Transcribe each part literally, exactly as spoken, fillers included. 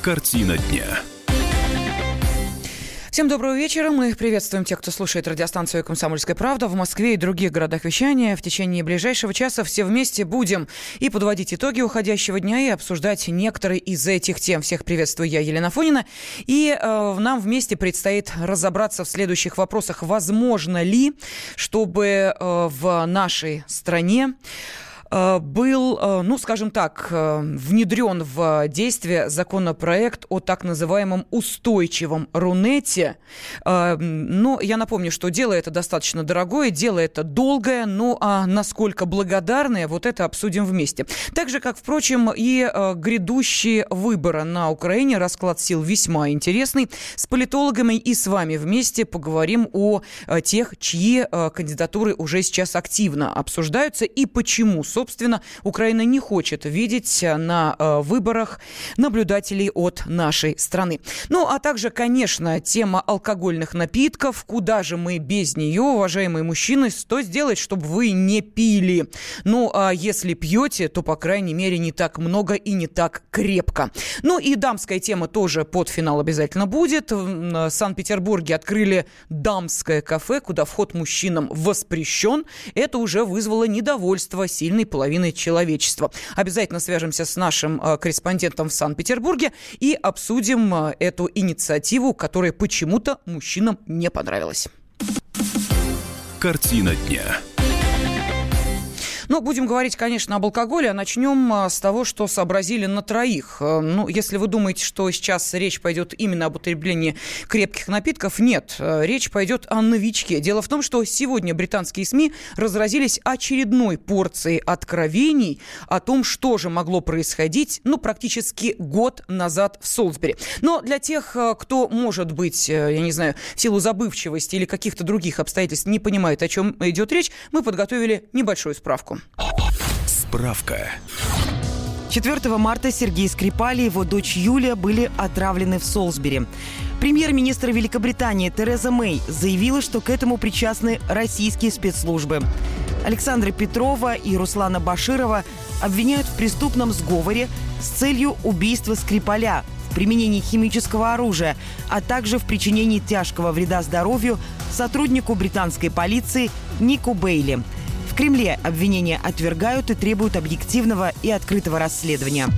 Картина дня. Всем доброго вечера. Мы приветствуем тех, кто слушает радиостанцию «Комсомольская правда» в Москве и других городах вещания. В течение ближайшего часа все вместе будем и подводить итоги уходящего дня, и обсуждать некоторые из этих тем. Всех приветствую, я, Елена Афонина. И э, нам вместе предстоит разобраться в следующих вопросах. Возможно ли, чтобы э, в нашей стране был, ну, скажем так, внедрен в действие законопроект о так называемом устойчивом Рунете. Но я напомню, что дело это достаточно дорогое, дело это долгое, ну а насколько благодарное, вот это обсудим вместе. Так же, как, впрочем, и грядущие выборы на Украине, расклад сил весьма интересный. С политологами и с вами вместе поговорим о тех, чьи кандидатуры уже сейчас активно обсуждаются и почему, собственно, Украина не хочет видеть на э, выборах наблюдателей от нашей страны. Ну, а также, конечно, тема алкогольных напитков. Куда же мы без нее, уважаемые мужчины? Что сделать, чтобы вы не пили? Ну, а если пьете, то, по крайней мере, не так много и не так крепко. Ну, и дамская тема тоже под финал обязательно будет. В Санкт-Петербурге открыли дамское кафе, куда вход мужчинам воспрещен. Это уже вызвало недовольство сильной половины человечества. Обязательно свяжемся с нашим э, корреспондентом в Санкт-Петербурге и обсудим э, эту инициативу, которая почему-то мужчинам не понравилась. Картина дня. Ну, будем говорить, конечно, об алкоголе. А начнем с того, что сообразили на троих. Ну, если вы думаете, что сейчас речь пойдет именно об употреблении крепких напитков, нет. Речь пойдет о новичке. Дело в том, что сегодня британские СМИ разразились очередной порцией откровений о том, что же могло происходить, ну, практически год назад в Солсбери. Но для тех, кто, может быть, я не знаю, в силу забывчивости или каких-то других обстоятельств не понимает, о чем идет речь, мы подготовили небольшую справку. Справка. четвёртого марта Сергей Скрипаль и его дочь Юлия были отравлены в Солсбери. Премьер-министр Великобритании Тереза Мэй заявила, что к этому причастны российские спецслужбы. Александра Петрова и Руслана Баширова обвиняют в преступном сговоре с целью убийства Скрипаля, в применении химического оружия, а также в причинении тяжкого вреда здоровью сотруднику британской полиции Нику Бейли. В Кремле обвинения отвергают и требуют объективного и открытого расследования.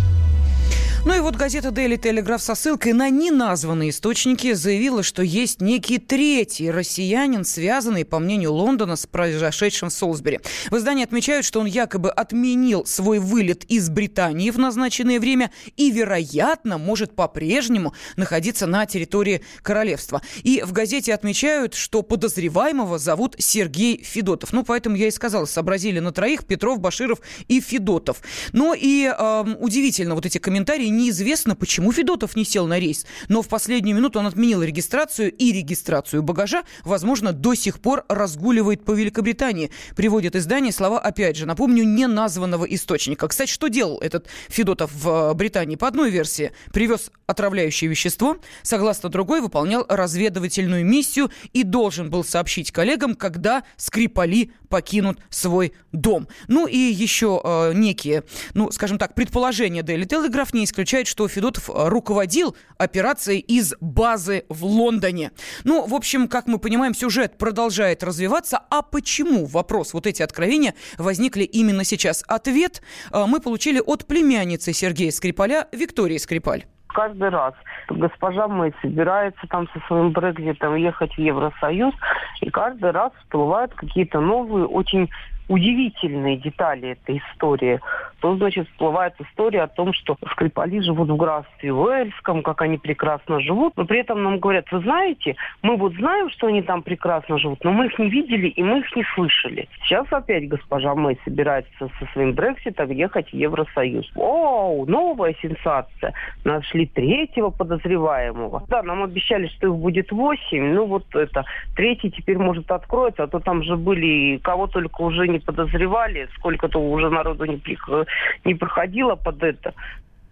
Ну и вот газета Daily Telegraph со ссылкой на неназванные источники заявила, что есть некий третий россиянин, связанный, по мнению Лондона, с произошедшим в Солсбери. В издании отмечают, что он якобы отменил свой вылет из Британии в назначенное время и, вероятно, может по-прежнему находиться на территории королевства. И в газете отмечают, что подозреваемого зовут Сергей Федотов. Ну, поэтому я и сказала, сообразили на троих: Петров, Баширов и Федотов. Но и э, удивительно вот эти комментарии. Неизвестно, почему Федотов не сел на рейс, но в последнюю минуту он отменил регистрацию и регистрацию багажа, возможно, до сих пор разгуливает по Великобритании. Приводит издание слова, опять же, напомню, неназванного источника. Кстати, что делал этот Федотов в Британии? По одной версии привез отравляющее вещество, согласно другой выполнял разведывательную миссию и должен был сообщить коллегам, когда Скрипали покинут свой дом. Ну и еще э, некие, ну, скажем так, предположения Daily Telegraph не исключает, что Федотов руководил операцией из базы в Лондоне. Ну, в общем, как мы понимаем, сюжет продолжает развиваться. А почему, вопрос, вот эти откровения возникли именно сейчас? Ответ мы получили от племянницы Сергея Скрипаля, Виктории Скрипаль. Каждый раз госпожа Мэй собирается там со своим Брекситом ехать в Евросоюз, и каждый раз всплывают какие-то новые, очень удивительные детали этой истории. То, значит, всплывает история о том, что Скрипали живут в графстве Уэльском, как они прекрасно живут, но при этом нам говорят: вы знаете, мы вот знаем, что они там прекрасно живут, но мы их не видели и мы их не слышали. Сейчас опять госпожа Мэй собирается со своим Брекситом ехать в Евросоюз. Оу, новая сенсация. Нашли третьего подозреваемого. Да, нам обещали, что их будет восемь, ну вот это, третий теперь может откроется, а то там же были, кого только уже не подозревали, сколько-то уже народу не, при... не проходило под это.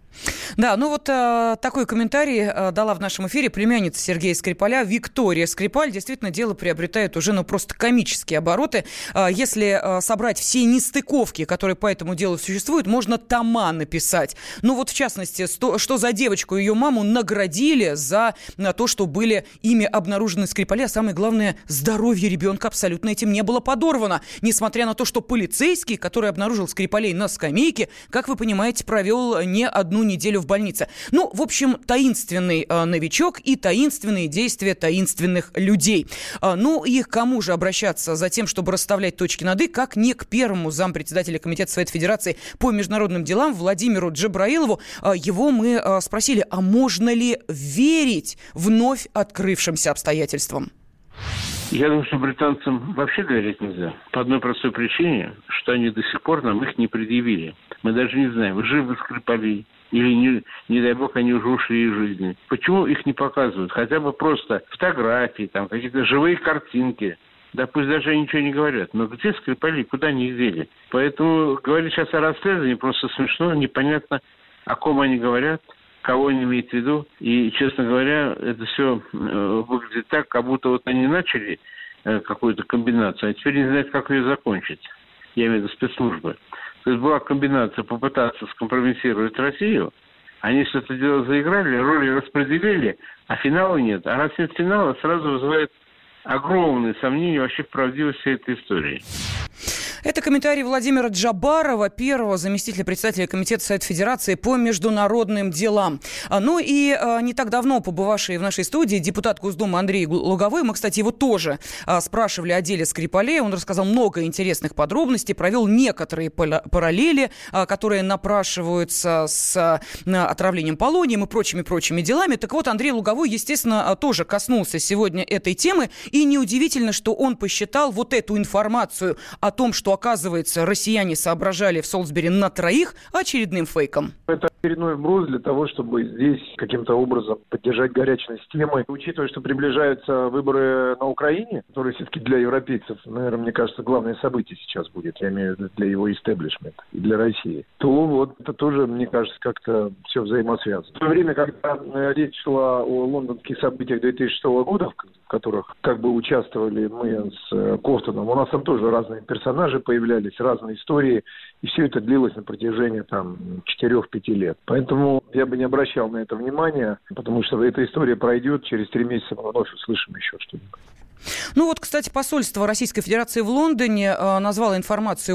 Да, ну вот э, такой комментарий э, дала в нашем эфире племянница Сергея Скрипаля Виктория Скрипаль. Действительно, дело приобретает уже ну, просто комические обороты. Э, если э, собрать все нестыковки, которые по этому делу существуют, можно тома написать. Ну вот, в частности, сто, что за девочку и ее маму наградили за на то, что были ими обнаружены Скрипали. А самое главное, здоровье ребенка абсолютно этим не было подорвано. Несмотря на то, что полицейский, который обнаружил Скрипалей на скамейке, как вы понимаете, провел не одну неделю в больнице. Ну, в общем, таинственный э, новичок и таинственные действия таинственных людей. Э, ну и к кому же обращаться за тем, чтобы расставлять точки над «и», как не к первому зампредседателя Комитета Совета Федерации по международным делам Владимиру Джабраилову. Э, его мы э, спросили, а можно ли верить вновь открывшимся обстоятельствам? Я думаю, что британцам вообще доверять нельзя. По одной простой причине, что они до сих пор нам их не предъявили. Мы даже не знаем, живы Скрипали или, не, не дай бог, они уже ушли из жизни. Почему их не показывают? Хотя бы просто фотографии, там какие-то живые картинки. Да пусть даже они ничего не говорят. Но где Скрипали, куда они их дели? Поэтому говорить сейчас о расследовании просто смешно, непонятно, о ком они говорят, кого они имеют в виду. И, честно говоря, это все э, выглядит так, как будто вот они начали э, какую-то комбинацию, а теперь не знают, как ее закончить. Я имею в виду спецслужбы. То есть была комбинация попытаться скомпрометировать Россию. Они все это дело заиграли, роли распределили, а финала нет. А раз нет финала, сразу вызывает огромные сомнения вообще в правдивости этой истории. Это комментарий Владимира Джабарова, первого заместителя председателя Комитета Совета Федерации по международным делам. Ну и а, не так давно побывавший в нашей студии депутат Госдумы Андрей Луговой, мы, кстати, его тоже а, спрашивали о деле Скрипалей, он рассказал много интересных подробностей, провел некоторые параллели, а, которые напрашиваются с а, отравлением полонием и прочими-прочими делами. Так вот, Андрей Луговой, естественно, тоже коснулся сегодня этой темы, и неудивительно, что он посчитал вот эту информацию о том, что, оказывается, россияне соображали в Солсбери на троих, очередным фейком. Это очередной вброс для того, чтобы здесь каким-то образом поддержать горячность темы. Учитывая, что приближаются выборы на Украине, которые все-таки для европейцев, наверное, мне кажется, главное событие сейчас будет, я имею в виду для его истеблишмента и для России, то вот это тоже, мне кажется, как-то все взаимосвязано. В то время, когда речь шла о лондонских событиях две тысячи шестого года, в которых как бы участвовали мы с Кофтоном, у нас там тоже разные персонажи появлялись, разные истории, и все это длилось на протяжении там четырех-пяти лет. Поэтому я бы не обращал на это внимания, потому что эта история пройдет, через три месяца мы вновь услышим еще что-нибудь. Ну вот, кстати, посольство Российской Федерации в Лондоне э, назвало информацию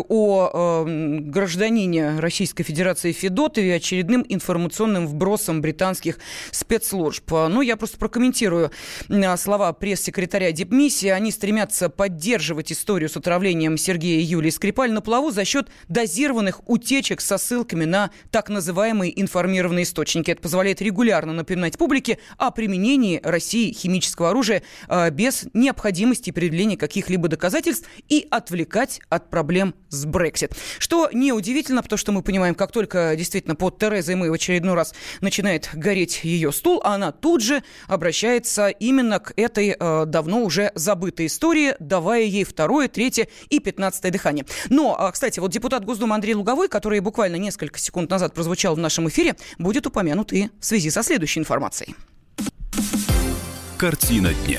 о э, гражданине Российской Федерации Федотове очередным информационным вбросом британских спецслужб. Ну, я просто прокомментирую э, слова пресс-секретаря дипмиссии. Они стремятся поддерживать историю с отравлением Сергея и Юлии Скрипаль на плаву за счет дозированных утечек со ссылками на так называемые информированные источники. Это позволяет регулярно напоминать публике о применении России химического оружия э, без необходимости необходимости предъявления каких-либо доказательств и отвлекать от проблем с Брексит. Что неудивительно, потому что мы понимаем, как только действительно под Терезой Мэй в очередной раз начинает гореть ее стул, она тут же обращается именно к этой э, давно уже забытой истории, давая ей второе, третье и пятнадцатое дыхание. Но, э, кстати, вот депутат Госдумы Андрей Луговой, который буквально несколько секунд назад прозвучал в нашем эфире, будет упомянут и в связи со следующей информацией. Картина дня.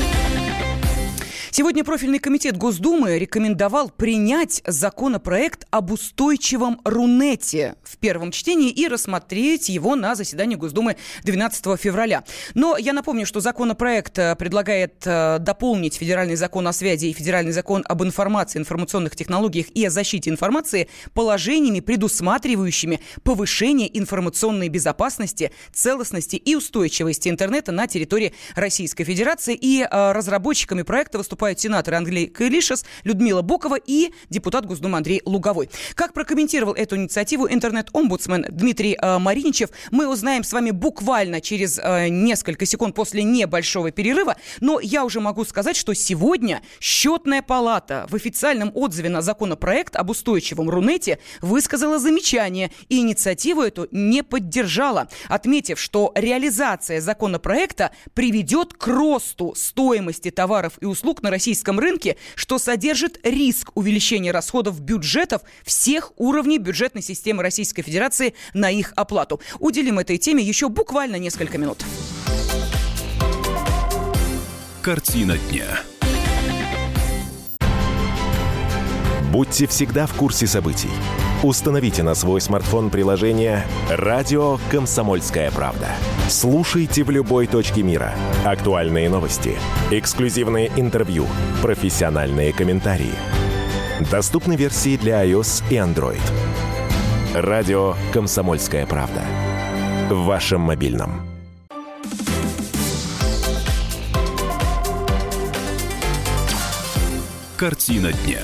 Сегодня профильный комитет Госдумы рекомендовал принять законопроект об устойчивом Рунете в первом чтении и рассмотреть его на заседании Госдумы двенадцатого февраля. Но я напомню, что законопроект предлагает дополнить федеральный закон о связи и федеральный закон об информации, информационных технологиях и о защите информации положениями, предусматривающими повышение информационной безопасности, целостности и устойчивости интернета на территории Российской Федерации. И разработчиками проекта выступают сенатор Андрей Кайлишес, Людмила Бокова и депутат Госдумы Андрей Луговой. Как прокомментировал эту инициативу интернет-омбудсмен Дмитрий э, Мариничев, мы узнаем с вами буквально через э, несколько секунд после небольшого перерыва. Но я уже могу сказать, что сегодня Счетная палата в официальном отзыве на законопроект об устойчивом Рунете высказала замечание и инициативу эту не поддержала, отметив, что реализация законопроекта приведет к росту стоимости товаров и услуг на на российском рынке, что содержит риск увеличения расходов бюджетов всех уровней бюджетной системы Российской Федерации на их оплату. Уделим этой теме еще буквально несколько минут. Картина дня. Будьте всегда в курсе событий. Установите на свой смартфон приложение «Радио Комсомольская правда». Слушайте в любой точке мира. Актуальные новости, эксклюзивные интервью, профессиональные комментарии. Доступны версии для iOS и Android. «Радио Комсомольская правда». В вашем мобильном. Картина дня.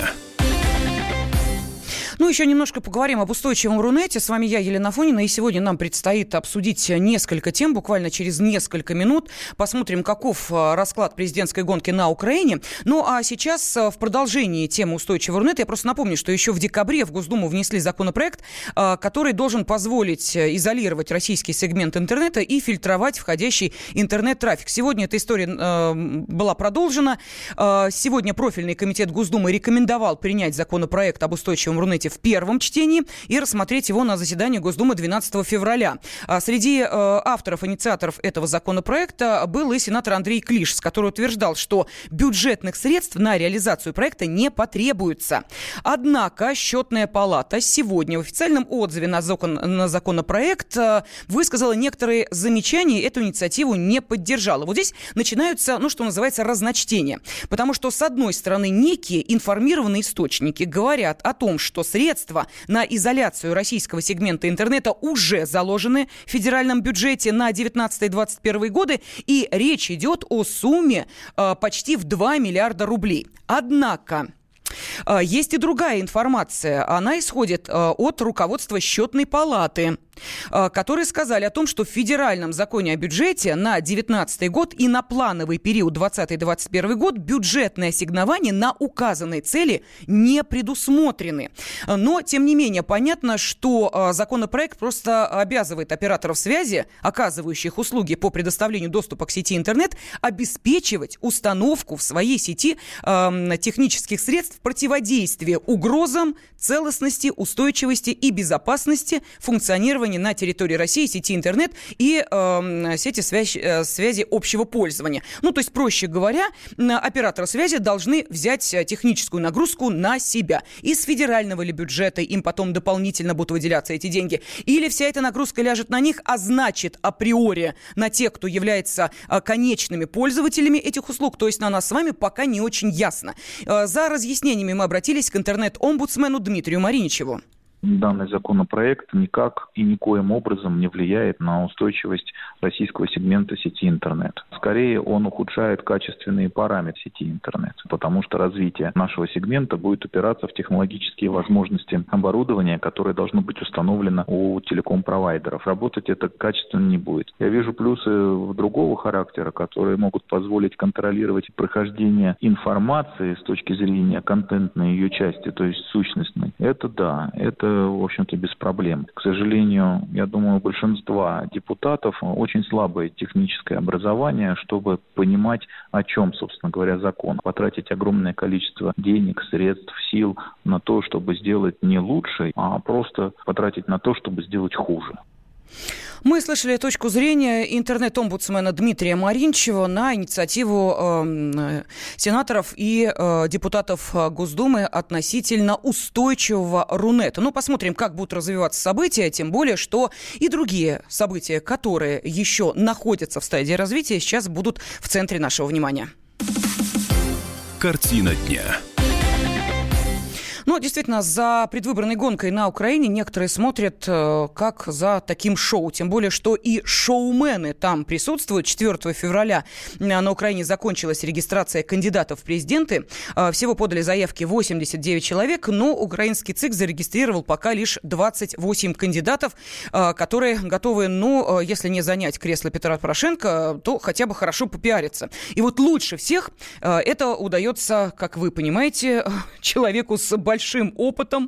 Ну, еще немножко поговорим об устойчивом Рунете. С вами я, Елена Афонина, и сегодня нам предстоит обсудить несколько тем, буквально через несколько минут. Посмотрим, каков расклад президентской гонки на Украине. Ну, а сейчас в продолжении темы устойчивого Рунета я просто напомню, что еще в декабре в Госдуму внесли законопроект, который должен позволить изолировать российский сегмент интернета и фильтровать входящий интернет-трафик. Сегодня эта история была продолжена. Сегодня профильный комитет Госдумы рекомендовал принять законопроект об устойчивом Рунете в первом чтении и рассмотреть его на заседании Госдумы двенадцатого февраля. Среди э, авторов, инициаторов этого законопроекта был и сенатор Андрей Клишес, который утверждал, что бюджетных средств на реализацию проекта не потребуется. Однако Счетная палата сегодня в официальном отзыве на, закон, на законопроект э, высказала некоторые замечания, эту инициативу не поддержала. Вот здесь начинаются, ну, что называется, разночтения. Потому что, с одной стороны, некие информированные источники говорят о том, что средства на изоляцию российского сегмента интернета уже заложены в федеральном бюджете на девятнадцатый - двадцать первый годы, и речь идет о сумме э, почти в два миллиарда рублей. Однако э, есть и другая информация. Она исходит э, от руководства Счетной палаты, которые сказали о том, что в федеральном законе о бюджете на девятнадцатый год и на плановый период двадцатый - двадцать первый год бюджетные ассигнования на указанные цели не предусмотрены. Но, тем не менее, понятно, что законопроект просто обязывает операторов связи, оказывающих услуги по предоставлению доступа к сети интернет, обеспечивать установку в своей сети э, технических средств противодействия угрозам целостности, устойчивости и безопасности функционирования на территории России сети интернет и э, сети связь, э, связи общего пользования. Ну, то есть, проще говоря, операторы связи должны взять техническую нагрузку на себя. Из федерального ли бюджета им потом дополнительно будут выделяться эти деньги, или вся эта нагрузка ляжет на них, а значит, априори на тех, кто является э, конечными пользователями этих услуг, то есть на нас с вами, пока не очень ясно. Э, за разъяснениями мы обратились к интернет-омбудсмену Дмитрию Мариничеву. Данный законопроект никак и никоим образом не влияет на устойчивость российского сегмента сети интернет. Скорее, он ухудшает качественные параметры сети интернет, потому что развитие нашего сегмента будет упираться в технологические возможности оборудования, которое должно быть установлено у телеком-провайдеров. Работать это качественно не будет. Я вижу плюсы другого характера, которые могут позволить контролировать прохождение информации с точки зрения контентной ее части, то есть сущностной. Это да, это в общем-то, без проблем. К сожалению, я думаю, у большинства депутатов очень слабое техническое образование, чтобы понимать, о чем, собственно говоря, закон. Потратить огромное количество денег, средств, сил на то, чтобы сделать не лучше, а просто потратить на то, чтобы сделать хуже. Мы слышали точку зрения интернет-омбудсмена Дмитрия Мариничева на инициативу э, сенаторов и э, депутатов Госдумы относительно устойчивого Рунета. Ну, посмотрим, как будут развиваться события, тем более, что и другие события, которые еще находятся в стадии развития, сейчас будут в центре нашего внимания. Картина дня. Ну, действительно, за предвыборной гонкой на Украине некоторые смотрят э, как за таким шоу. Тем более, что и шоумены там присутствуют. четвёртого февраля на Украине закончилась регистрация кандидатов в президенты. Э, всего подали заявки восемьдесят девять человек, но украинский ЦИК зарегистрировал пока лишь двадцать восемь кандидатов, э, которые готовы, ну, э, если не занять кресло Петра Порошенко, то хотя бы хорошо попиариться. И вот лучше всех э, это удается, как вы понимаете, человеку с большим большим опытом,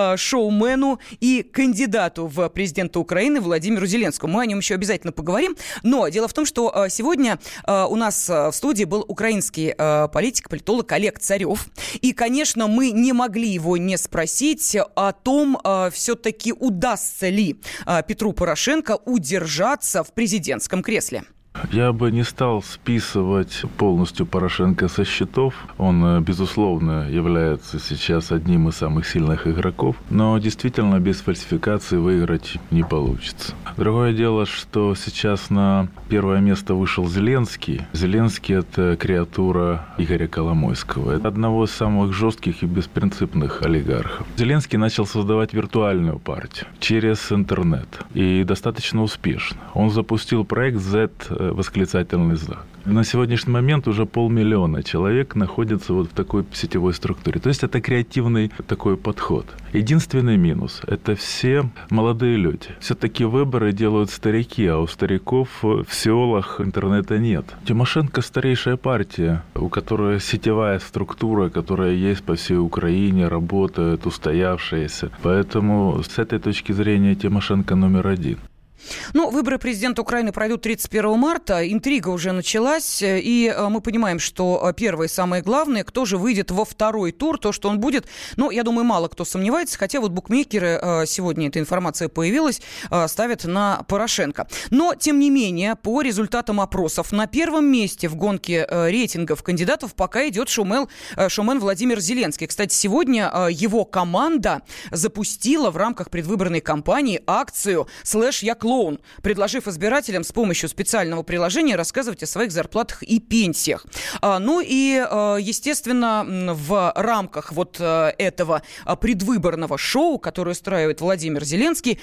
шоумену и кандидату в президенты Украины Владимиру Зеленскому. Мы о нем еще обязательно поговорим. Но дело в том, что сегодня у нас в студии был украинский политик, политолог Олег Царев. И, конечно, мы не могли его не спросить о том, все-таки удастся ли Петру Порошенко удержаться в президентском кресле. Я бы не стал списывать полностью Порошенко со счетов. Он, безусловно, является сейчас одним из самых сильных игроков. Но действительно без фальсификации выиграть не получится. Другое дело, что сейчас на первое место вышел Зеленский. Зеленский – это креатура Игоря Коломойского. Это одного из самых жестких и беспринципных олигархов. Зеленский начал создавать виртуальную партию через интернет. И достаточно успешно. Он запустил проект Z восклицательный знак. На сегодняшний момент уже полмиллиона человек находятся вот в такой сетевой структуре. То есть это креативный такой подход. Единственный минус – это все молодые люди. Все-таки выборы делают старики, а у стариков в селах интернета нет. Тимошенко – старейшая партия, у которой сетевая структура, которая есть по всей Украине, работает, устоявшаяся. Поэтому с этой точки зрения Тимошенко номер один. Ну, выборы президента Украины пройдут тридцать первого марта, интрига уже началась, и мы понимаем, что первое и самое главное, кто же выйдет во второй тур, то, что он будет, ну, я думаю, мало кто сомневается, хотя вот букмекеры, сегодня эта информация появилась, ставят на Порошенко. Но, тем не менее, по результатам опросов, на первом месте в гонке рейтингов кандидатов пока идет шоумен, шоумен Владимир Зеленский. Кстати, сегодня его команда запустила в рамках предвыборной кампании акцию «Слэш Я клоун», предложив избирателям с помощью специального приложения рассказывать о своих зарплатах и пенсиях. Ну и, естественно, в рамках вот этого предвыборного шоу, которое устраивает Владимир Зеленский,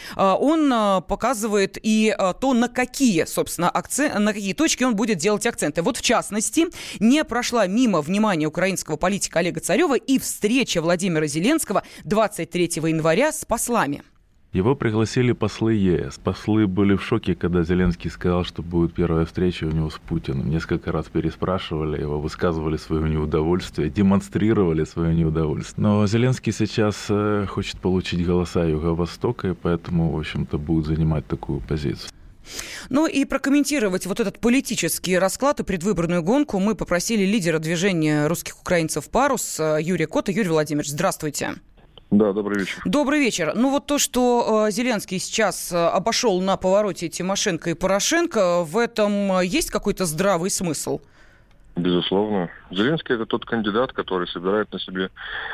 он показывает и то, на какие, собственно, акцент, на какие точки он будет делать акценты. Вот, в частности, не прошла мимо внимания украинского политика Олега Царева и встреча Владимира Зеленского двадцать третьего января с послами. Его пригласили послы ЕС. Послы были в шоке, когда Зеленский сказал, что будет первая встреча у него с Путиным. Несколько раз переспрашивали его, высказывали свое неудовольствие, демонстрировали свое неудовольствие. Но Зеленский сейчас хочет получить голоса Юго-Востока, и поэтому, в общем-то, будет занимать такую позицию. Ну и прокомментировать вот этот политический расклад и предвыборную гонку мы попросили лидера движения русских украинцев «Парус» Юрия Кота. Юрий Владимирович, здравствуйте. Да, добрый вечер. Добрый вечер. Ну вот то, что э, Зеленский сейчас э, обошел на повороте Тимошенко и Порошенко, в этом есть какой-то здравый смысл? Безусловно. Зеленский – это тот кандидат, который собирает на себе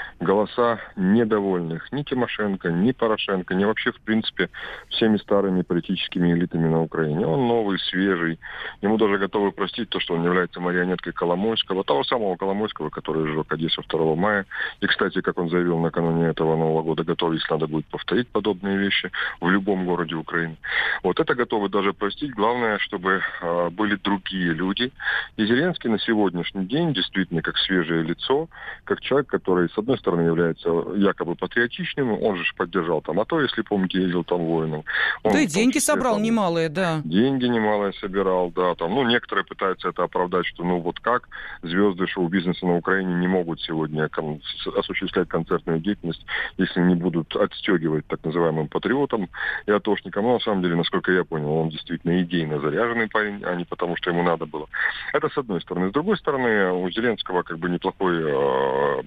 голоса недовольных ни Тимошенко, ни Порошенко, ни вообще, в принципе, всеми старыми политическими элитами на Украине. Он новый, свежий. Ему даже готовы простить то, что он является марионеткой Коломойского, того самого Коломойского, который сжег Одессу второго мая. И, кстати, как он заявил накануне этого Нового года, готов, если надо будет повторить подобные вещи в любом городе Украины. Вот это готовы даже простить. Главное, чтобы э, были другие люди. И Зеленский на сегодняшний день действительно как свежее лицо, как человек, который, с одной стороны, является якобы патриотичным, он же поддержал там, а то, если помните, ездил там воином. Он, да и деньги числе, собрал там, немалые, да. Деньги немалые собирал, да. Там, ну, некоторые пытаются это оправдать, что ну вот как звезды шоу-бизнеса на Украине не могут сегодня кон- осуществлять концертную деятельность, если не будут отстегивать так называемым патриотам и атошникам. Но на самом деле, насколько я понял, он действительно идейно заряженный парень, а не потому, что ему надо было. Это с одной стороны. С другой стороны, у Зеленского как бы неплохой, э,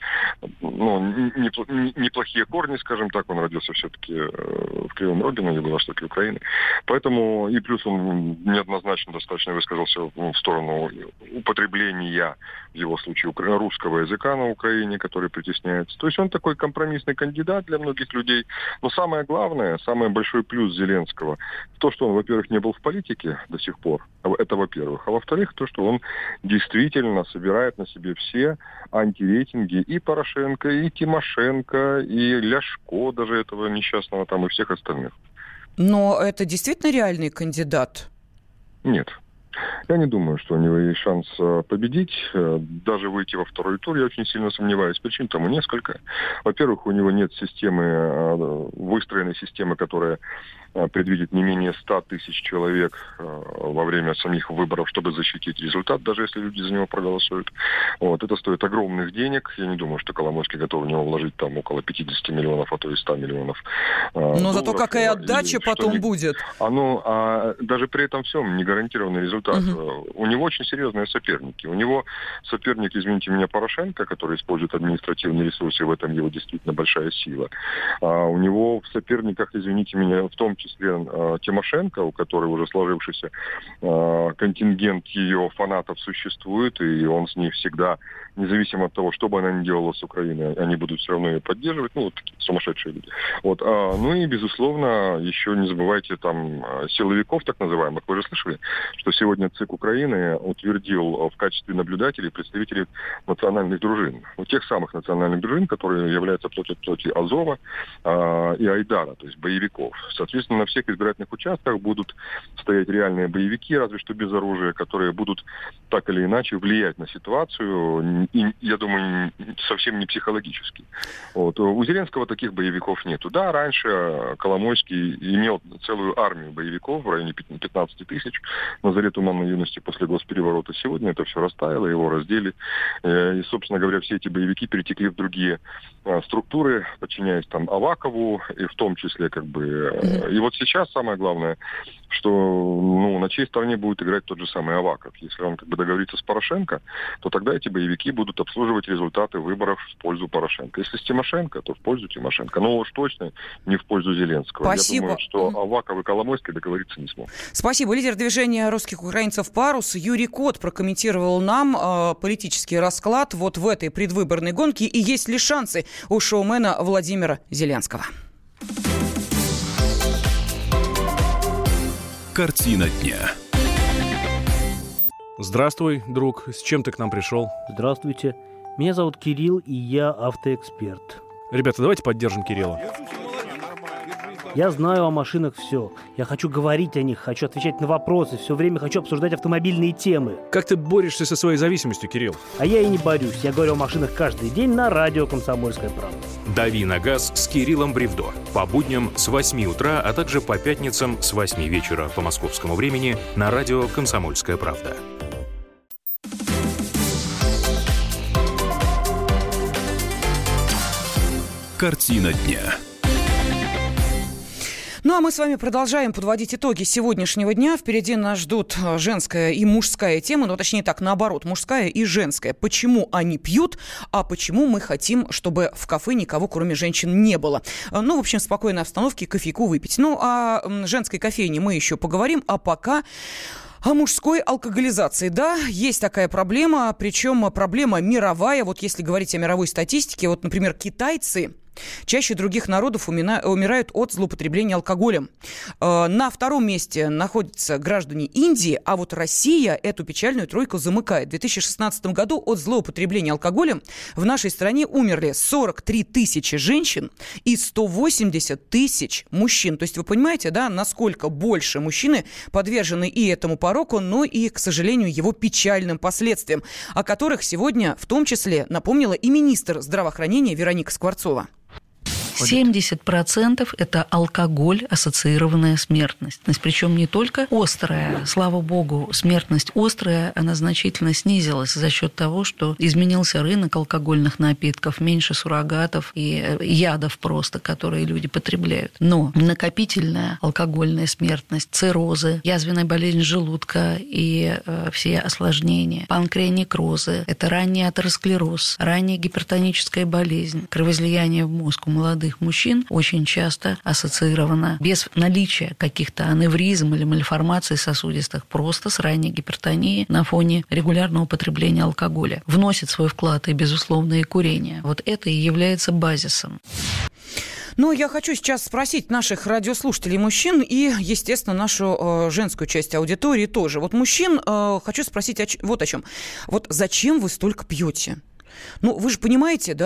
ну, неплохие корни, скажем так. Он родился все-таки в Кривом Роге, на юго-востоке Украины. Поэтому, и плюс он неоднозначно достаточно высказался в сторону употребления, в его случае, русского языка на Украине, который притесняется. То есть он такой компромиссный кандидат для многих людей. Но самое главное, самый большой плюс Зеленского, то, что он, во-первых, не был в политике до сих пор. Это во-первых. А во-вторых, то, что он действительно собирает на себе все антирейтинги и Порошенко, и Тимошенко, и Ляшко, даже этого несчастного там, и всех остальных. Но это действительно реальный кандидат? Нет. Я не думаю, что у него есть шанс победить, даже выйти во второй тур, я очень сильно сомневаюсь. Причин тому несколько. Во-первых, у него нет системы, выстроенной системы, которая предвидит не менее ста тысяч человек во время самих выборов, чтобы защитить результат, даже если люди за него проголосуют. Вот. Это стоит огромных денег. Я не думаю, что Коломойский готов в него вложить там около пятьдесят миллионов, а то и ста миллионов. Но долларов. Зато какая отдача потом не... будет. А, ну, а даже при этом всем не гарантированный результат. Угу. У него очень серьезные соперники. У него соперник, извините меня, Порошенко, который использует административные ресурсы, в этом его действительно большая сила. А у него в соперниках, извините меня, в том числе э, Тимошенко, у которой уже сложившийся э, контингент ее фанатов существует, и он с ней всегда, независимо от того, что бы она ни делала с Украиной, они будут все равно ее поддерживать, ну, вот такие сумасшедшие люди. Вот. А, ну и, безусловно, еще не забывайте там силовиков, так называемых. Вы же слышали, что сегодня ЦИК Украины утвердил в качестве наблюдателей представителей национальных дружин. У тех самых национальных дружин, которые являются плоть от плоти Азова э, и Айдара, то есть боевиков. Соответственно, на всех избирательных участках будут стоять реальные боевики, разве что без оружия, которые будут так или иначе влиять на ситуацию, и, я думаю, совсем не психологически. Вот. У Зеленского таких боевиков нету. Да, раньше Коломойский имел целую армию боевиков в районе пятнадцать тысяч на заре туманной юности после госпереворота. Сегодня это все растаяло, его раздели. И, собственно говоря, все эти боевики перетекли в другие а, структуры, подчиняясь там Авакову, и в том числе как бы... Mm-hmm. И вот сейчас самое главное, что ну, на чьей стороне будет играть тот же самый Аваков. Если он как бы договорится с Порошенко, то тогда эти боевики будут обслуживать результаты выборов в пользу Порошенко. Если с Тимошенко, то в пользу Тимошенко. Но уж точно не в пользу Зеленского. Спасибо. Я думаю, что Аваков и Коломойский договориться не смогут. Спасибо. Лидер движения русских украинцев «Парус» Юрий Кот прокомментировал нам э, политический расклад вот в этой предвыборной гонке. И есть ли шансы у шоумена Владимира Зеленского? Картина дня. Здравствуй, друг. С чем ты к нам пришел? Здравствуйте. Меня зовут Кирилл, и я автоэксперт. Ребята, давайте поддержим Кирилла. Я знаю о машинах все. Я хочу говорить о них, хочу отвечать на вопросы, все время хочу обсуждать автомобильные темы. Как ты борешься со своей зависимостью, Кирилл? А я и не борюсь. Я говорю о машинах каждый день на радио «Комсомольская правда». «Дави на газ» с Кириллом Бревдо. По будням с восьми утра, а также по пятницам с восьми вечера по московскому времени на радио «Комсомольская правда». Картина дня. Ну, а мы с вами продолжаем подводить итоги сегодняшнего дня. Впереди нас ждут женская и мужская темы, ну, точнее так, наоборот, мужская и женская. Почему они пьют, а почему мы хотим, чтобы в кафе никого, кроме женщин, не было. Ну, в общем, в спокойной обстановке кофейку выпить. Ну, о женской кофейне мы еще поговорим, а пока... О мужской алкоголизации. Да, есть такая проблема, причем проблема мировая. Вот если говорить о мировой статистике, вот, например, китайцы чаще других народов умирают от злоупотребления алкоголем. На втором месте находятся граждане Индии, а вот Россия эту печальную тройку замыкает. В две тысячи шестнадцатом году от злоупотребления алкоголем в нашей стране умерли сорок три тысячи женщин и сто восемьдесят тысяч мужчин. То есть вы понимаете, да, насколько больше мужчины подвержены и этому пороку, но и, к сожалению, его печальным последствиям, о которых сегодня в том числе напомнила и министр здравоохранения Вероника Скворцова. семьдесят процентов это алкоголь, ассоциированная смертность. Причем не только острая. Слава богу, смертность острая, она значительно снизилась за счет того, что изменился рынок алкогольных напитков, меньше суррогатов и ядов просто, которые люди потребляют. Но накопительная алкогольная смертность, циррозы, язвенная болезнь желудка и э, все осложнения, панкреонекрозы, это ранний атеросклероз, ранняя гипертоническая болезнь, кровоизлияние в мозг у молодых мужчин очень часто ассоциировано без наличия каких-то аневризм или мальформаций сосудистых, просто с ранней гипертонией на фоне регулярного употребления алкоголя. Вносит свой вклад и, безусловно, и курение. Вот это и является базисом. Ну, я хочу сейчас спросить наших радиослушателей мужчин и, естественно, нашу э, женскую часть аудитории тоже. Вот мужчин э, хочу спросить о, вот о чем. Вот зачем вы столько пьете? Ну, вы же понимаете, да,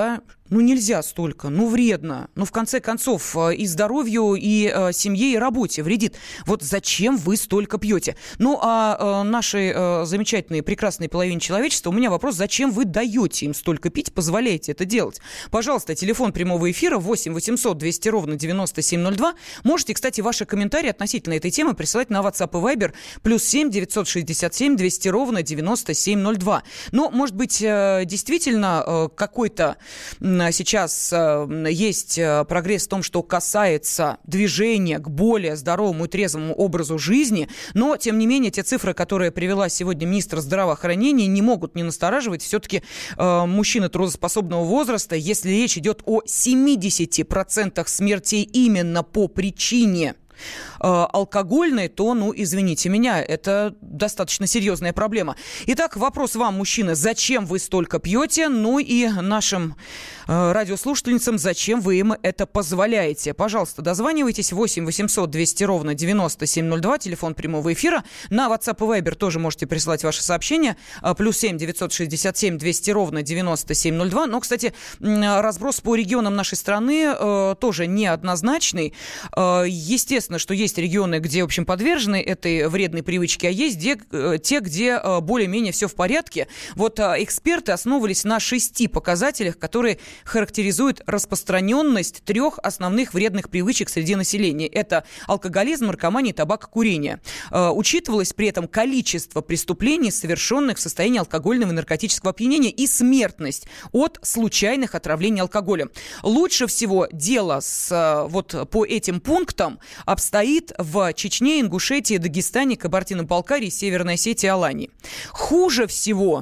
Ну, нельзя столько, ну, вредно. Ну, в конце концов, и здоровью, и э, семье, и работе вредит. Вот зачем вы столько пьете? Ну, а э, нашей э, замечательной, прекрасной половине человечества у меня вопрос, зачем вы даете им столько пить, позволяете это делать? Пожалуйста, телефон прямого эфира восемь восемьсот двести ровно девяносто семь ноль два. Можете, кстати, ваши комментарии относительно этой темы присылать на WhatsApp и Viber плюс семь девятьсот шестьдесят семь двести ровно девяносто семь ноль два. Но, может быть, э, действительно э, какой-то... Сейчас есть прогресс в том, что касается движения к более здоровому и трезвому образу жизни, но, тем не менее, те цифры, которые привела сегодня министр здравоохранения, не могут не настораживать. Все-таки э, мужчины трудоспособного возраста, если речь идет о семьдесят процентов смертей именно по причине алкогольной, то, ну, извините меня, это достаточно серьезная проблема. Итак, вопрос вам, мужчины, зачем вы столько пьете? Ну и нашим э, радиослушательницам, зачем вы им это позволяете? Пожалуйста, дозванивайтесь восемь восемьсот двести ровно девяносто семь ноль два, телефон прямого эфира. На WhatsApp и Viber тоже можете присылать ваши сообщения. Плюс семь девятьсот шестьдесят семь двести ровно девяносто семь ноль два. Но, кстати, разброс по регионам нашей страны э, тоже неоднозначный. Э, естественно, что есть Есть регионы, где, в общем, подвержены этой вредной привычке, а есть где, те, где более-менее все в порядке. Вот эксперты основывались на шести показателях, которые характеризуют распространенность трех основных вредных привычек среди населения. Это алкоголизм, наркомания, табакокурение. Учитывалось при этом количество преступлений, совершенных в состоянии алкогольного и наркотического опьянения, и смертность от случайных отравлений алкоголем. Лучше всего дело с, вот, по этим пунктам обстоит в Чечне, Ингушетии, Дагестане, Кабардино-Балкарии, Северной Осетии, Алании. Хуже всего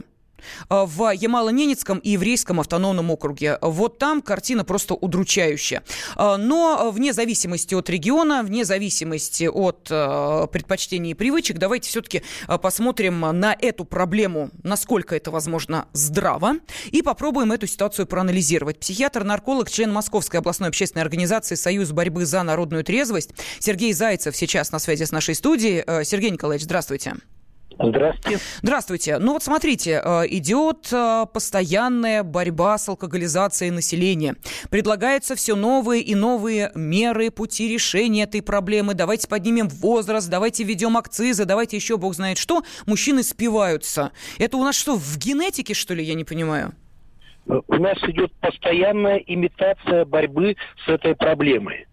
в Ямало-Ненецком и Еврейском автономном округе. Вот там картина просто удручающая. Но вне зависимости от региона, вне зависимости от предпочтений и привычек, давайте все-таки посмотрим на эту проблему, насколько это возможно здраво, и попробуем эту ситуацию проанализировать. Психиатр-нарколог, член Московской областной общественной организации «Союз борьбы за народную трезвость» Сергей Зайцев сейчас на связи с нашей студией. Сергей Николаевич, здравствуйте. Здравствуйте. Здравствуйте. Ну вот смотрите, идет постоянная борьба с алкоголизацией населения. Предлагаются все новые и новые меры, пути решения этой проблемы. Давайте поднимем возраст, давайте введем акцизы, давайте еще бог знает что. Мужчины спиваются. Это у нас что, в генетике, что ли, я не понимаю? У нас идет постоянная имитация борьбы с этой проблемой.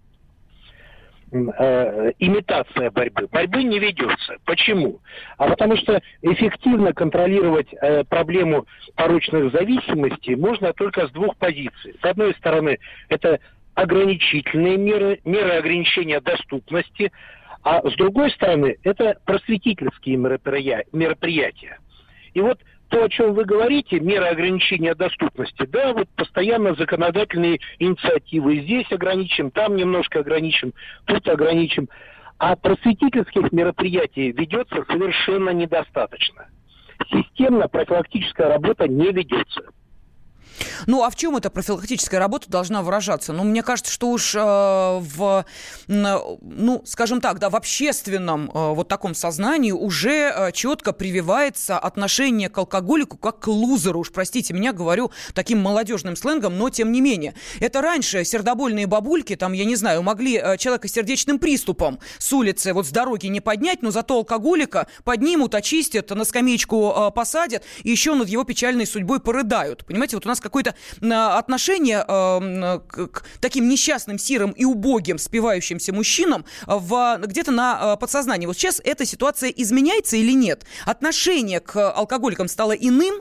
Э, имитация борьбы. Борьбы не ведется. Почему? А потому что эффективно контролировать э, проблему порочных зависимостей можно только с двух позиций. С одной стороны, это ограничительные меры, меры ограничения доступности, а с другой стороны, это просветительские мероприятия. И вот то, о чем вы говорите, меры ограничения доступности, да, вот постоянно законодательные инициативы. Здесь ограничим, там немножко ограничим, тут ограничим. А просветительских мероприятий ведется совершенно недостаточно. Системно профилактическая работа не ведется. Ну, а в чем эта профилактическая работа должна выражаться? Ну, мне кажется, что уж э, в, ну, скажем так, да, в общественном э, вот таком сознании уже э, четко прививается отношение к алкоголику как к лузеру. Уж простите меня, говорю таким молодежным сленгом, но тем не менее. Это раньше сердобольные бабульки, там, я не знаю, могли э, человека с сердечным приступом с улицы, вот с дороги не поднять, но зато алкоголика поднимут, очистят, на скамеечку э, посадят, и еще над его печальной судьбой порыдают. Понимаете, вот у нас какое-то отношение э, к, к таким несчастным, сирым и убогим спивающимся мужчинам в, где-то на подсознании. Вот сейчас эта ситуация изменяется или нет? Отношение к алкоголикам стало иным?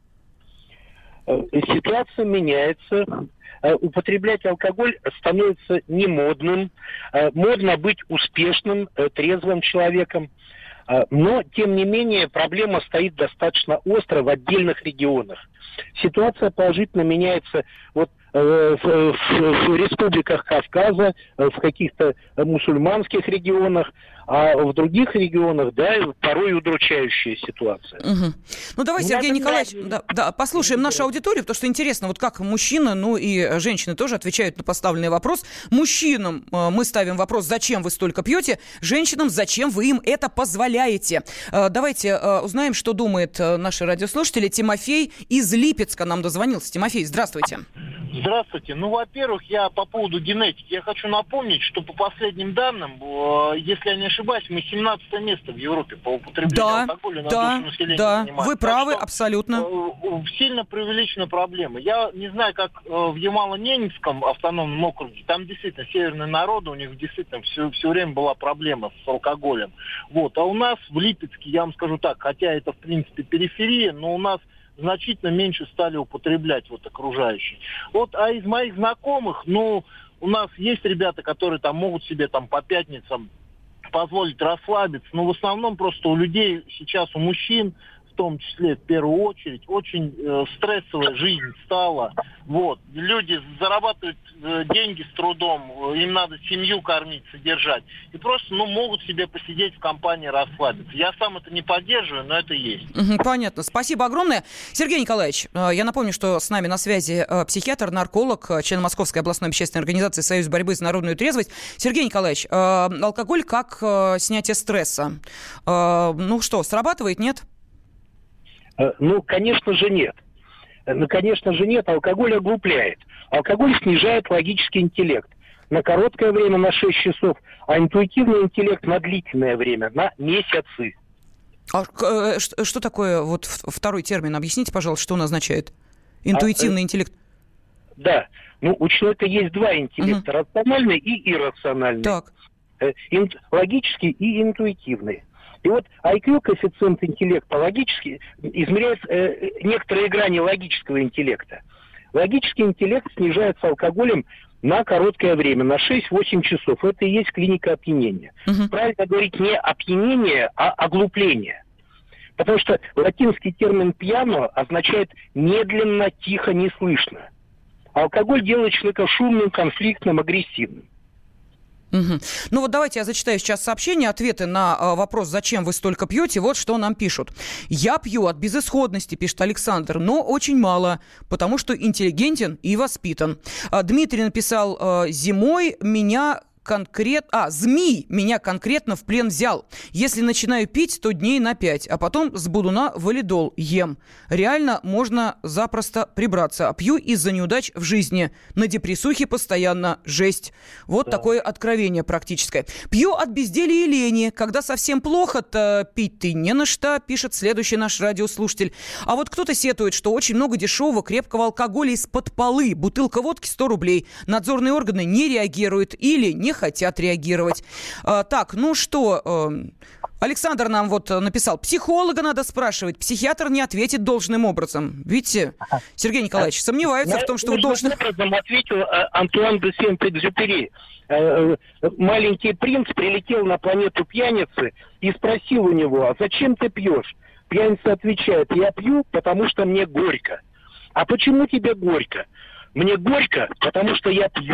Ситуация меняется. Употреблять алкоголь становится немодным. Модно быть успешным, трезвым человеком. Но, тем не менее, проблема стоит достаточно остро в отдельных регионах. Ситуация положительно меняется вот, э, в, в, в республиках Кавказа, в каких-то мусульманских регионах. А в других регионах, да, порой удручающая ситуация. Угу. Ну, давай, Не Сергей надо Николаевич, брать- да, да, послушаем нашу аудиторию, потому что интересно, вот как мужчины, ну и женщины тоже отвечают на поставленный вопрос. Мужчинам э, мы ставим вопрос, зачем вы столько пьете, женщинам, зачем вы им это позволяете. Э, давайте э, узнаем, что думает э, наши радиослушатели. Тимофей из Липецка нам дозвонился. Тимофей, здравствуйте. Здравствуйте. Ну, во-первых, я по поводу генетики. Я хочу напомнить, что по последним данным, э, если я не ошибаюсь, мы семнадцатое место в Европе по употреблению Да, алкоголя на да, душу населения да, занимаем. вы Так правы, что, абсолютно. э, сильно преувеличена проблема. Я не знаю, как э, в Ямало-Ненецком автономном округе, там действительно северные народы, у них действительно все, все время была проблема с алкоголем. Вот. А у нас в Липецке, я вам скажу так, хотя это в принципе периферия, но у нас значительно меньше стали употреблять вот окружающие. Вот, а из моих знакомых, ну, у нас есть ребята, которые там могут себе там по пятницам позволить расслабиться, но в основном просто у людей сейчас, у мужчин, в том числе в первую очередь, очень э, стрессовая жизнь стала. Вот. Люди зарабатывают э, деньги с трудом, э, им надо семью кормить, содержать. И просто, ну, могут себе посидеть в компании, расслабиться. Я сам это не поддерживаю, но это есть. Угу, понятно. Спасибо огромное. Сергей Николаевич, э, я напомню, что с нами на связи э, психиатр, нарколог, э, член Московской областной общественной организации «Союз борьбы за народную трезвость». Сергей Николаевич, э, алкоголь как э, снятие стресса. Э, ну что, срабатывает, нет? Ну, конечно же, нет. Ну, конечно же, нет. Алкоголь оглупляет. Алкоголь снижает логический интеллект на короткое время, на шесть часов, а интуитивный интеллект на длительное время, на месяцы. А э, что, что такое вот второй термин? Объясните, пожалуйста, что он означает? Интуитивный а, интеллект. Да. Ну, у человека есть два интеллекта. Угу. Рациональный и иррациональный. Так. Э, ин, логический и интуитивный. И вот ай кью, коэффициент интеллекта, логически измеряет э, некоторые грани логического интеллекта. Логический интеллект снижается алкоголем на короткое время, на шесть-восемь часов. Это и есть клиника опьянения. Uh-huh. Правильно говорить не опьянение, а оглупление. Потому что латинский термин «пьяно» означает медленно, тихо, неслышно. Алкоголь делает человека шумным, конфликтным, агрессивным. Угу. Ну вот давайте я зачитаю сейчас сообщения, ответы на э, вопрос, зачем вы столько пьете. Вот что нам пишут. Я пью от безысходности, пишет Александр, но очень мало, потому что интеллигентен и воспитан. А, Дмитрий написал, э, зимой меня... конкрет... А, змей меня конкретно в плен взял. Если начинаю пить, то дней на пять, а потом с будуна валидол ем. Реально можно запросто прибраться. А пью из-за неудач в жизни. На депрессухе постоянно жесть. Вот да. Такое откровение практическое. Пью от безделия и лени. Когда совсем плохо-то пить ты не на что, пишет следующий наш радиослушатель. А вот кто-то сетует, что очень много дешевого крепкого алкоголя из-под полы. Бутылка водки сто рублей. Надзорные органы не реагируют или не хотят реагировать. А, так, ну что, э, Александр нам вот написал, психолога надо спрашивать, психиатр не ответит должным образом. Видите, Сергей Николаевич, сомневаются в том, что вы должны... образом ответил Антуан де Сент-Экзюпери. Маленький принц прилетел на планету пьяницы и спросил у него, а зачем ты пьешь? Пьяница отвечает, я пью, потому что мне горько. А почему тебе горько? Мне горько, потому что я пью.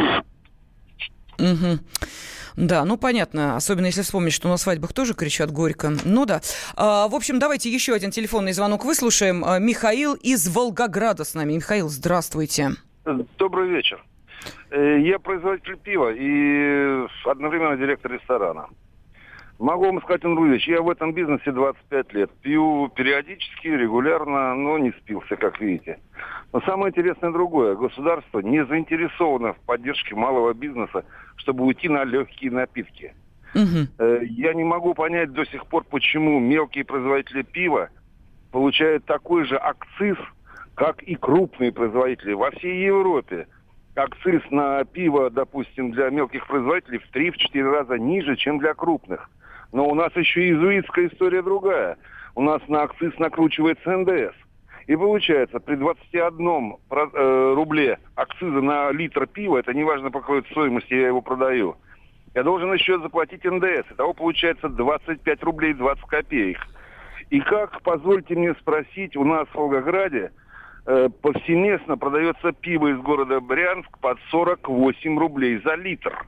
Угу. Да, ну понятно, особенно если вспомнить, что на свадьбах тоже кричат горько. Ну да. А, в общем, давайте еще один телефонный звонок выслушаем. А, Михаил из Волгограда с нами. Михаил, здравствуйте. Добрый вечер. Я производитель пива и одновременно директор ресторана. Могу вам сказать, Андрей Ильич, я в этом бизнесе двадцать пять лет. Пью периодически, регулярно, но не спился, как видите. Но самое интересное другое. Государство не заинтересовано в поддержке малого бизнеса, чтобы уйти на легкие напитки. Угу. Я не могу понять до сих пор, почему мелкие производители пива получают такой же акциз, как и крупные производители. Во всей Европе акциз на пиво, допустим, для мелких производителей в три-четыре раза ниже, чем для крупных. Но у нас еще иезуитская история другая. У нас на акциз накручивается эн дэ эс. И получается, при двадцати одном рубле акциза на литр пива, это неважно по какой стоимости я его продаю, я должен еще заплатить эн дэ эс. Итого получается двадцать пять рублей двадцать копеек. И как, позвольте мне спросить, у нас в Волгограде э, повсеместно продается пиво из города Брянск под сорок восемь рублей за литр.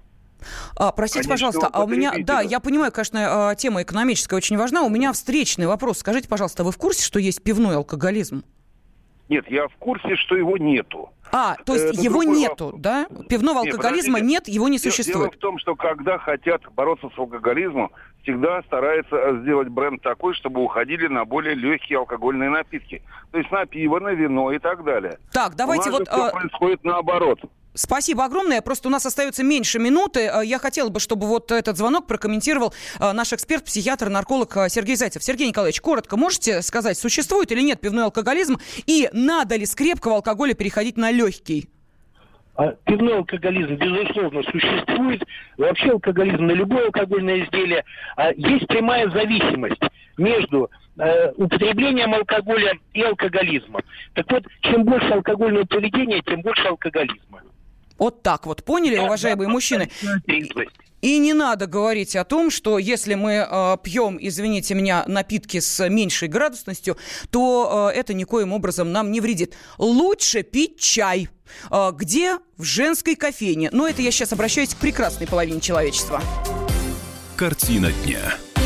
А, простите, пожалуйста, а у меня, да, я понимаю, конечно, тема экономическая очень важна. У меня встречный вопрос. Скажите, пожалуйста, вы в курсе, что есть пивной алкоголизм? Нет, я в курсе, что его нету. А, то есть Это его другой нету, вопрос. да? Пивного Нет, алкоголизма подождите. нет, его не Дело- существует. Дело в том, что когда хотят бороться с алкоголизмом, всегда стараются сделать бренд такой, чтобы уходили на более легкие алкогольные напитки. То есть на пиво, на вино и так далее. Так, давайте У нас вот... же все а... происходит наоборот. Спасибо огромное. Просто у нас остается меньше минуты. Я хотела бы, чтобы вот этот звонок прокомментировал наш эксперт, психиатр, нарколог Сергей Зайцев. Сергей Николаевич, коротко можете сказать, существует или нет пивной алкоголизм? И надо ли с крепкого алкоголя переходить на легкий? Пивной алкоголизм, безусловно, существует. Вообще алкоголизм на любое алкогольное изделие. Есть прямая зависимость между э, употреблением алкоголя и алкоголизмом. Так вот, чем больше алкогольного поведения, тем больше алкоголизма. Вот так вот, поняли, уважаемые мужчины? И не надо говорить о том, что если мы э, пьем, извините меня, напитки с меньшей градусностью, то э, это никоим образом нам не вредит. Лучше пить чай. Э, где? В женской кофейне. Но это я сейчас обращаюсь к прекрасной половине человечества. Картина дня.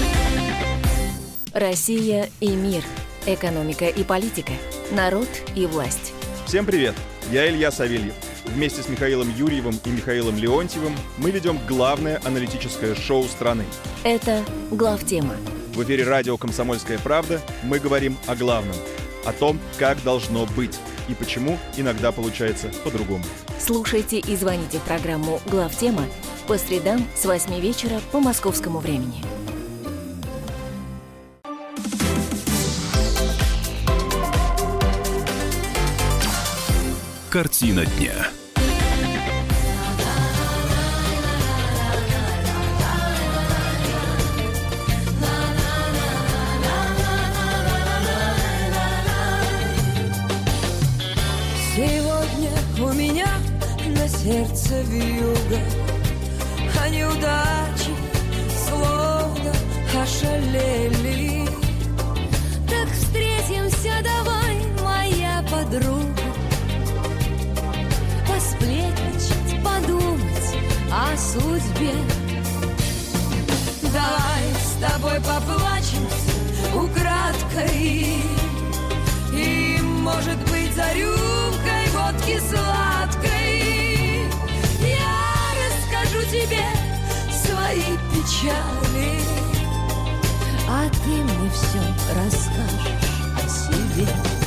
Россия и мир. Экономика и политика. Народ и власть. Всем привет! Я Илья Савельев. Вместе с Михаилом Юрьевым и Михаилом Леонтьевым мы ведем главное аналитическое шоу страны. Это «Главтема». В эфире радио «Комсомольская правда» мы говорим о главном. О том, как должно быть и почему иногда получается по-другому. Слушайте и звоните в программу «Главтема» по средам с восьми вечера по московскому времени. Картина дня. Сегодня у меня на сердце вьюга, а неудачи словно ошалели. Так встретимся давай, моя подруга, посплетничать, подумать о судьбе. Давай с тобой поплачемся украдкой, и, может быть, за рюмкой водки сладкой я расскажу тебе свои печали, а ты мне все расскажешь о себе.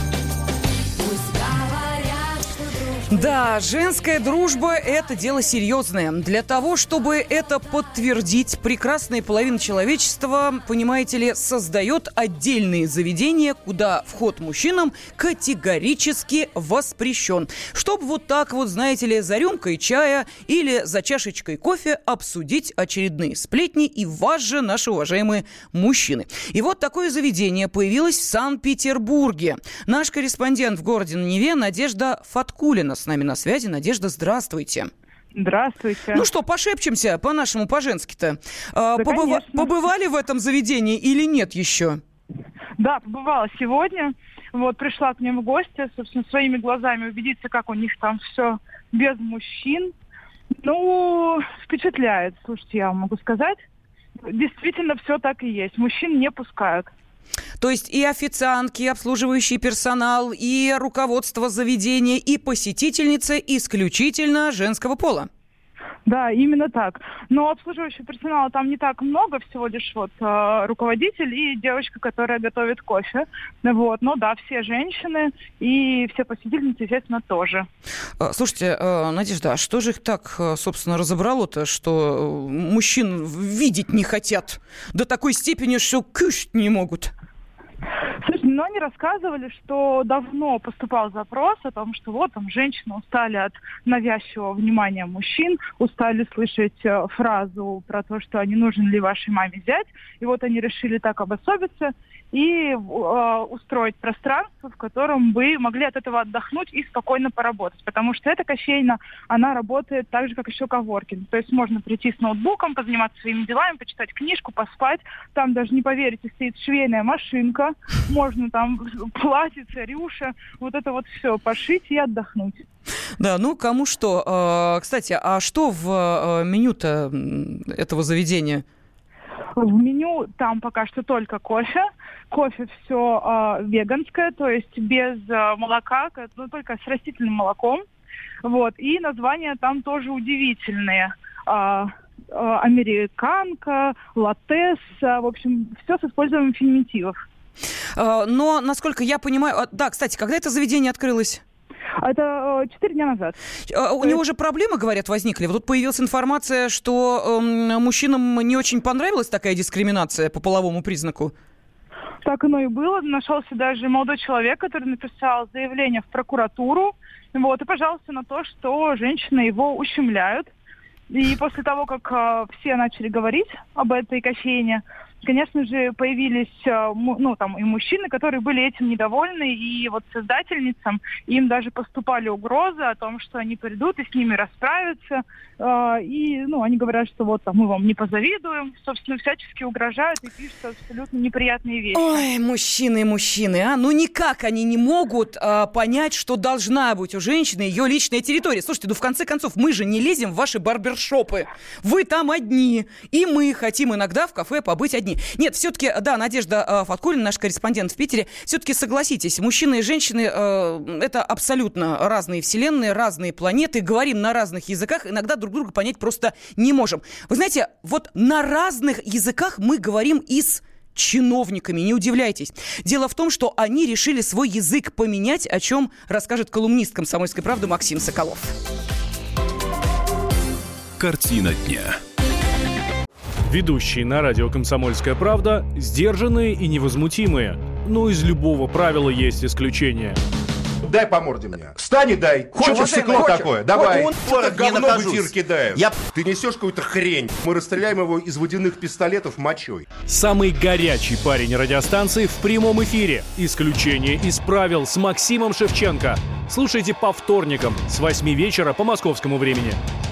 Да, женская дружба – это дело серьезное. Для того, чтобы это подтвердить, прекрасная половина человечества, понимаете ли, создает отдельные заведения, куда вход мужчинам категорически воспрещен. Чтобы вот так вот, знаете ли, за рюмкой чая или за чашечкой кофе обсудить очередные сплетни и вас же, наши уважаемые мужчины. И вот такое заведение появилось в Санкт-Петербурге. Наш корреспондент в городе на Неве Надежда Фаткулина с нами на связи. Надежда, здравствуйте. Здравствуйте. Ну что, пошепчемся по-нашему, по-женски-то. А, да, побыва- побывали в этом заведении или нет еще? Да, побывала сегодня. Вот, пришла к ним в гости, собственно, своими глазами убедиться, как у них там все без мужчин. Ну, впечатляет, слушайте, я вам могу сказать. Действительно, все так и есть. Мужчин не пускают. То есть и официантки, и обслуживающий персонал, и руководство заведения, и посетительницы исключительно женского пола. Да, именно так. Но обслуживающего персонала там не так много, всего лишь вот э, руководитель и девочка, которая готовит кофе. Вот. Но да, все женщины и все посетительницы, естественно, тоже. Слушайте, Надежда, а что же их так, собственно, разобрало-то, что мужчин видеть не хотят до такой степени, что кушать не могут? Слушайте, но они рассказывали, что давно поступал запрос о том, что вот там женщины устали от навязчивого внимания мужчин, устали слышать э, фразу про то, что не нужен ли вашей маме зять, и вот они решили так обособиться и э, устроить пространство, в котором бы могли от этого отдохнуть и спокойно поработать, потому что эта кофейня, она работает так же, как еще коворкинг, то есть можно прийти с ноутбуком, позаниматься своими делами, почитать книжку, поспать, там даже, не поверите, стоит швейная машинка, можно там платьице, рюша, вот это вот все пошить и отдохнуть. Да, ну кому что. Кстати, а что в меню-то этого заведения? В меню там пока что только кофе. Кофе все э, веганское, то есть без э, молока, ну, только с растительным молоком. Вот. И названия там тоже удивительные. Э, э, американка, латте, э, в общем, все с использованием феминитивов. Но, насколько я понимаю... Да, кстати, когда это заведение открылось? Это четыре дня назад. У него же проблемы, говорят, возникли. Вот тут появилась информация, что э, мужчинам не очень понравилась такая дискриминация по половому признаку. Так оно и было. Нашелся даже молодой человек, который написал заявление в прокуратуру, вот, и пожаловался на то, что женщины его ущемляют. И после того, как э, все начали говорить об этой кофейне, конечно же, появились ну, там, и мужчины, которые были этим недовольны, и вот создательницам им даже поступали угрозы о том, что они придут и с ними расправятся. И ну, они говорят, что вот там, мы вам не позавидуем, собственно, всячески угрожают и пишут абсолютно неприятные вещи. Ой, мужчины, мужчины, а? Ну никак они не могут а, понять, что должна быть у женщины ее личная территория. Слушайте, ну в конце концов, мы же не лезем в ваши барбершопы. Вы там одни, и мы хотим иногда в кафе побыть одни. Нет, все-таки, да, Надежда Фаткуллина, наш корреспондент в Питере, все-таки согласитесь, мужчины и женщины э, это абсолютно разные вселенные, разные планеты, говорим на разных языках, иногда друг друга понять просто не можем. Вы знаете, вот на разных языках мы говорим и с чиновниками, не удивляйтесь. Дело в том, что они решили свой язык поменять, о чем расскажет колумнист «Комсомольской правды» Максим Соколов. Картина дня. Ведущие на радио «Комсомольская правда» сдержанные и невозмутимые. Но из любого правила есть исключение. Дай по морде мне. Встань и дай. Хочешь стекло хочешь? Такое? Давай. Он что-то говно в эфир кидает. Я... Ты несешь какую-то хрень. Мы расстреляем его из водяных пистолетов мочой. Самый горячий парень радиостанции в прямом эфире. Исключение из правил с Максимом Шевченко. Слушайте по вторникам с восьми вечера по московскому времени.